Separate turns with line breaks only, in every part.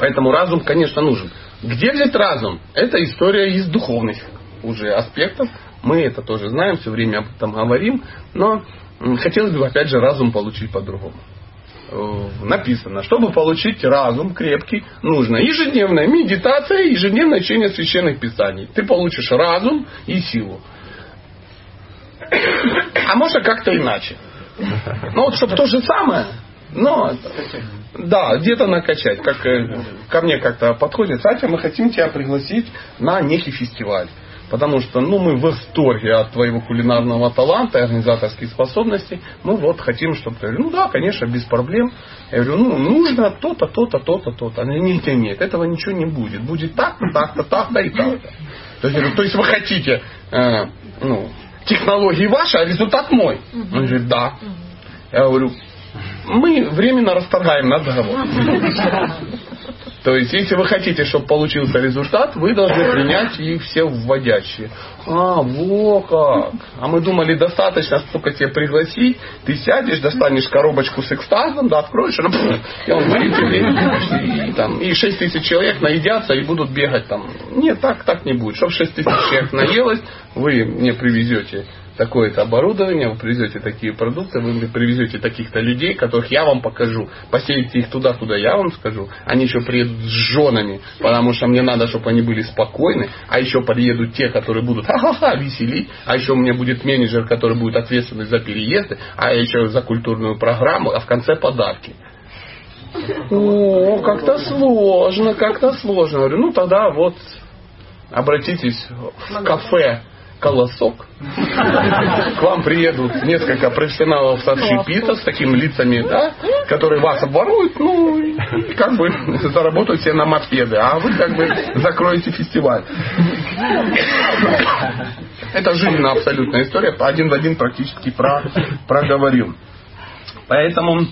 Поэтому разум, конечно, нужен. Где взять разум? Это история из духовных уже аспектов. Мы это тоже знаем, все время об этом говорим. Но хотелось бы, опять же, разум получить по-другому. Написано, чтобы получить разум крепкий, нужно ежедневная медитация, ежедневное чтение священных писаний. Ты получишь разум и силу. А можно как-то иначе. Ну вот, чтобы то же самое, но да, где-то накачать. Как ко мне как-то подходит: Сатя, мы хотим тебя пригласить на некий фестиваль. Потому что мы в восторге от твоего кулинарного таланта и организаторских способностей. Мы вот хотим, чтобы ты говорил: да, конечно, без проблем. Я говорю: нужно то-то, то-то, то-то, то-то. Она говорит: нет, этого ничего не будет. Будет так-то, так-то, так-то и так-то. То есть вы хотите технологии ваши, а результат мой. Он говорит: да. Я говорю: мы временно расторгаем наш договор. То есть, если вы хотите, чтобы получился результат, вы должны принять их все вводящие. Во как! А мы думали, достаточно только тебе пригласить, ты сядешь, достанешь коробочку с экстазом, да, откроешь, и он выйдет, и 6 тысяч человек наедятся и будут бегать там. Нет, так не будет. Чтобы 6 тысяч человек наелось, вы мне привезете такое-то оборудование, вы привезете такие продукты, вы привезете таких-то людей, которых я вам покажу. Поселите их туда, куда я вам скажу. Они еще приедут с женами, потому что мне надо, чтобы они были спокойны. А еще приедут те, которые будут веселить. А еще у меня будет менеджер, который будет ответственный за переезды. А еще за культурную программу. А в конце подарки. Как-то сложно. Говорю, тогда вот обратитесь в кафе «Колосок». К вам приедут несколько профессионалов с общепита, с такими лицами, да, которые вас обворуют, и как бы заработают себе на мопеды, а вы как бы закроете фестиваль. Это жизненная абсолютная история, один в один практически проговорил. Поэтому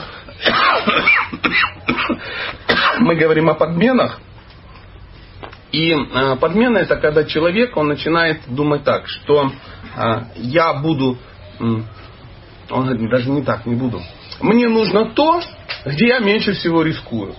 мы говорим о подменах. И подмена — это когда человек, он начинает думать так, что я буду, он говорит: даже не так, не буду. Мне нужно то, где я меньше всего рискую.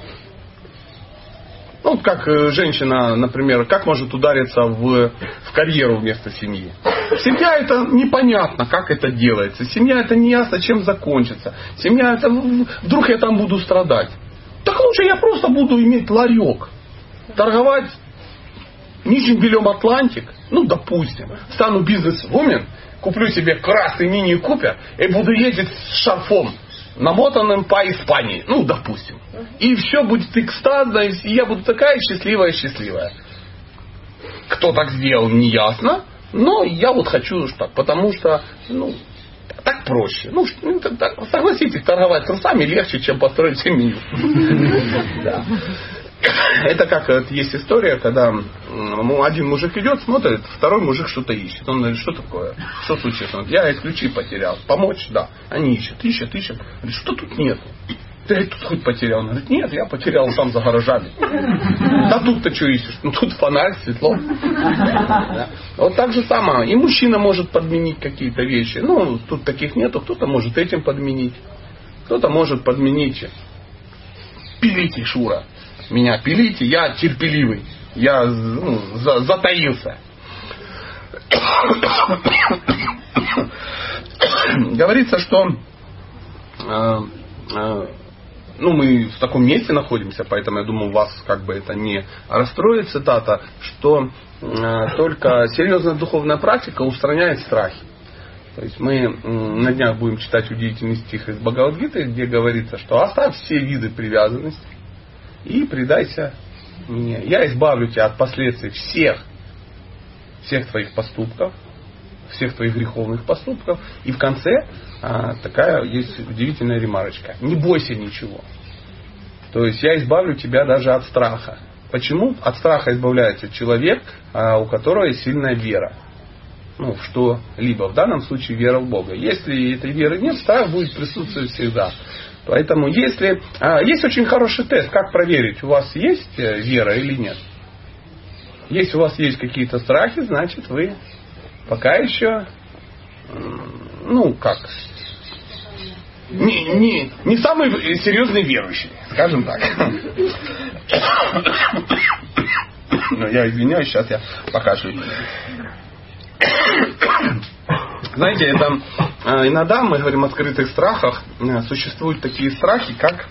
Как женщина, например, как может удариться в карьеру вместо семьи? Семья — это непонятно, как это делается. Семья — это не ясно, чем закончится. Семья — это вдруг я там буду страдать. Так лучше я просто буду иметь ларек, торговать нижним бельем Атлантик, допустим, стану бизнес-вумен, куплю себе красный мини-купер и буду ездить с шарфом, намотанным по Испании, допустим. И все будет экстазно, и я буду такая счастливая. Кто так сделал, не ясно, но я вот хочу так, потому что, так проще. Согласитесь, торговать трусами легче, чем построить семью. Это как есть история, когда один мужик идет, смотрит, второй мужик что-то ищет. Он говорит: что такое? Что случилось? Он говорит: я ключи потерял. Помочь? Да. Они ищут. Говорит: что тут нету? Ты тут хоть потерял? Он говорит: нет, я потерял там за гаражами. Да тут-то что ищешь? Тут фонарь, светло. Да. Вот так же самое. И мужчина может подменить какие-то вещи. Тут таких нету. Кто-то может этим подменить. Кто-то может подменить: пилите, Шура. Меня пилите, я терпеливый. Я затаился. Говорится, что мы в таком месте находимся, поэтому я думаю, вас как бы это не расстроит, цитата, что только серьезная духовная практика устраняет страхи. То есть мы на днях будем читать удивительный стих из Бхагавад-гиты, где говорится, что оставь все виды привязанности и предайся мне. Я избавлю тебя от последствий всех твоих поступков, всех твоих греховных поступков. И в конце такая есть удивительная ремарочка: не бойся ничего. То есть я избавлю тебя даже от страха. Почему? От страха избавляется человек, у которого есть сильная вера. В что-либо. В данном случае вера в Бога. Если этой веры нет, страх будет присутствовать всегда. Поэтому есть очень хороший тест, как проверить, у вас есть вера или нет. Если у вас есть какие-то страхи, значит вы пока еще, не самый серьезный верующий, скажем так. можно, я извиняюсь, сейчас я покажу. Знаете, это иногда мы говорим о скрытых страхах. Существуют такие страхи, как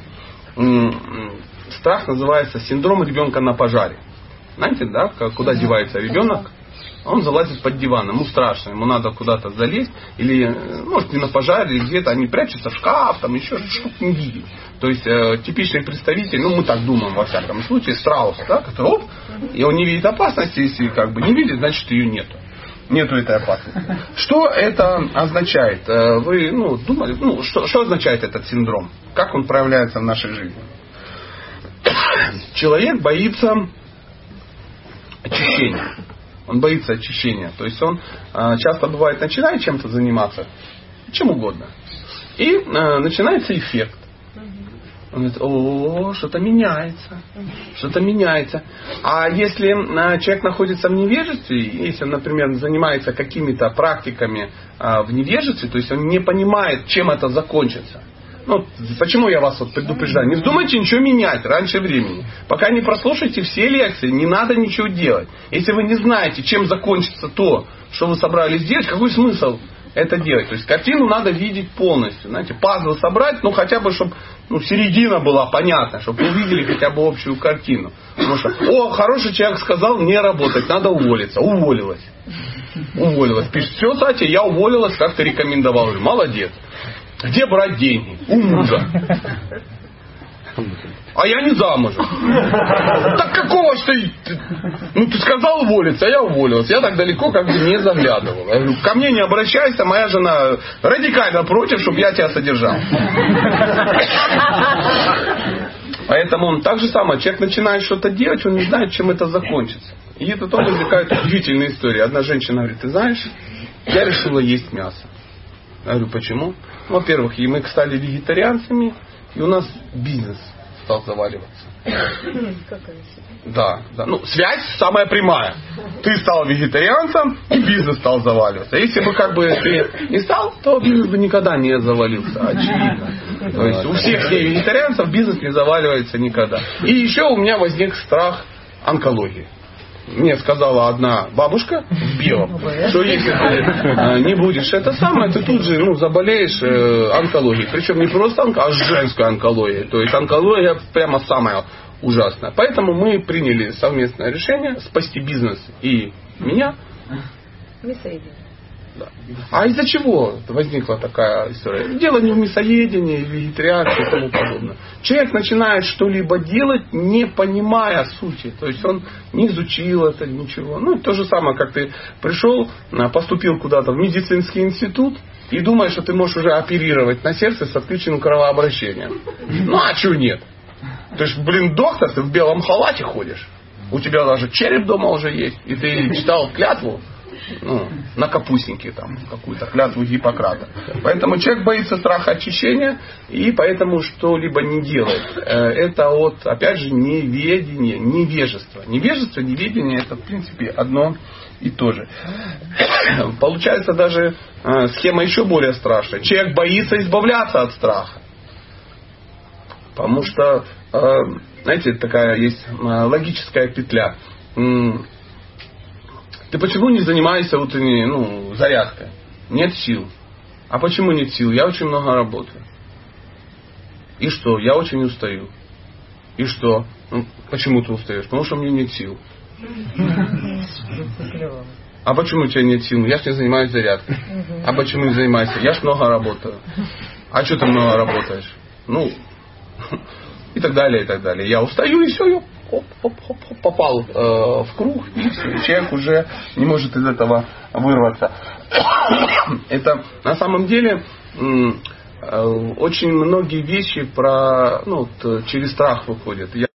страх называется синдром ребенка на пожаре. Знаете, да, куда девается ребенок? Он залазит под диван, ему страшно, ему надо куда-то залезть, или, может, не на пожаре, или где-то они прячутся в шкаф, там еще что-то не видеть. То есть типичный представитель, мы так думаем во всяком случае, страус, да, который оп, и он не видит опасности, если не видит, значит ее нету. Нету этой опасности. Что это означает? Вы думали, что означает этот синдром? Как он проявляется в нашей жизни? Человек боится очищения. Он боится очищения. То есть он часто бывает начинает чем-то заниматься, чем угодно. И начинается эффект. Он говорит, что-то меняется. Что-то меняется. А если человек находится в невежестве, если он, например, занимается какими-то практиками в невежестве, то есть он не понимает, чем это закончится. Почему я вас предупреждаю? Не вздумайте ничего менять раньше времени. Пока не прослушаете все лекции, не надо ничего делать. Если вы не знаете, чем закончится то, что вы собрались сделать, какой смысл это делать? То есть картину надо видеть полностью. Знаете, пазл собрать, хотя бы, чтобы середина была понятна, чтобы вы увидели хотя бы общую картину. Потому что, хороший человек сказал не работать, надо уволиться. Уволилась. Пишет, все, Сатя, я уволилась, как ты рекомендовал. Молодец. Где брать деньги? У мужа. А я не замужем. Так какого ж ты? Ты сказал уволиться, а я уволилась. Я так далеко как бы не заглядывал. Я говорю, ко мне не обращайся, моя жена радикально против, чтобы я тебя содержал. Поэтому так же самое, человек начинает что-то делать, он не знает, чем это закончится. И потом возникает удивительная история. Одна женщина говорит, ты знаешь, я решила есть мясо. Я говорю, почему? Во-первых, мы стали вегетарианцами, и у нас бизнес стал заваливаться. Да. Связь самая прямая. Ты стал вегетарианцем, и бизнес стал заваливаться. Если бы ты не стал, то бизнес бы никогда не завалился. Очевидно. То есть у всех вегетарианцев бизнес не заваливается никогда. И еще у меня возник страх онкологии. Мне сказала одна бабушка в белом, что если ты не будешь это самое, ты тут же заболеешь онкологией. Причем не просто а женской онкологией. То есть онкология прямо самая ужасная. Поэтому мы приняли совместное решение спасти бизнес и меня. Да. А из-за чего возникла такая история? Дело не в мясоедении, вегетарианстве и тому подобное. Человек начинает что-либо делать, не понимая сути. То есть он не изучил это, ничего. То же самое, как ты пришел, поступил куда-то в медицинский институт и думаешь, что ты можешь уже оперировать на сердце с отключенным кровообращением. А чего нет? То есть, доктор, ты в белом халате ходишь. У тебя даже череп дома уже есть. И ты читал клятву. На капустнике какую-то клятву Гиппократа. Поэтому человек боится страха очищения и поэтому что-либо не делает. Это опять же, неведение, невежество. Невежество, неведение это в принципе одно и то же. Получается даже схема еще более страшная. Человек боится избавляться от страха. Потому что, знаете, такая есть логическая петля. Ты почему не занимаешься утренней зарядкой? Нет сил. А почему нет сил? Я очень много работаю. И что? Я очень устаю. И что? Почему ты устаешь? Потому что у меня нет сил. А почему у тебя нет сил? Я ж не занимаюсь зарядкой. А почему не занимаешься? Я ж много работаю. А что ты много работаешь? И так далее, и так далее. Я устаю, и все, я попал в круг, и все. Человек уже не может из этого вырваться. Это на самом деле очень многие вещи через страх выходят.